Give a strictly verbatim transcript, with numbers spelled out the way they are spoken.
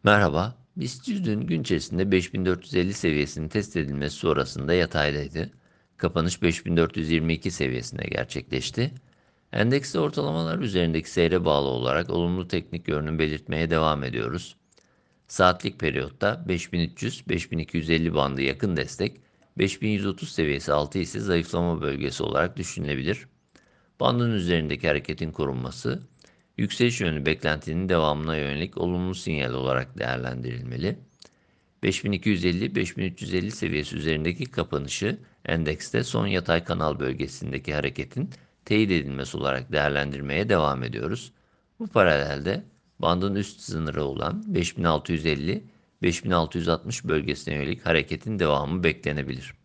Merhaba. BIST yüz dün gün içerisinde beş bin dört yüz elli seviyesinin test edilmesi sonrasında yataydaydı. Kapanış beş bin dört yüz yirmi iki seviyesinde gerçekleşti. Endekste ortalamalar üzerindeki seyre bağlı olarak olumlu teknik görünüm belirtmeye devam ediyoruz. Saatlik periyotta beş bin üç yüz beş bin iki yüz elli bandı yakın destek, beş bin yüz otuz seviyesi altı ise zayıflama bölgesi olarak düşünülebilir. Bandın üzerindeki hareketin korunması, yükseliş yönlü beklentinin devamına yönelik olumlu sinyal olarak değerlendirilmeli. beş bin iki yüz elli beş bin üç yüz elli seviyesi üzerindeki kapanışı endekste son yatay kanal bölgesindeki hareketin teyit edilmesi olarak değerlendirmeye devam ediyoruz. Bu paralelde bandın üst sınırı olan beş bin altı yüz elli beş bin altı yüz altmış bölgesine yönelik hareketin devamı beklenebilir.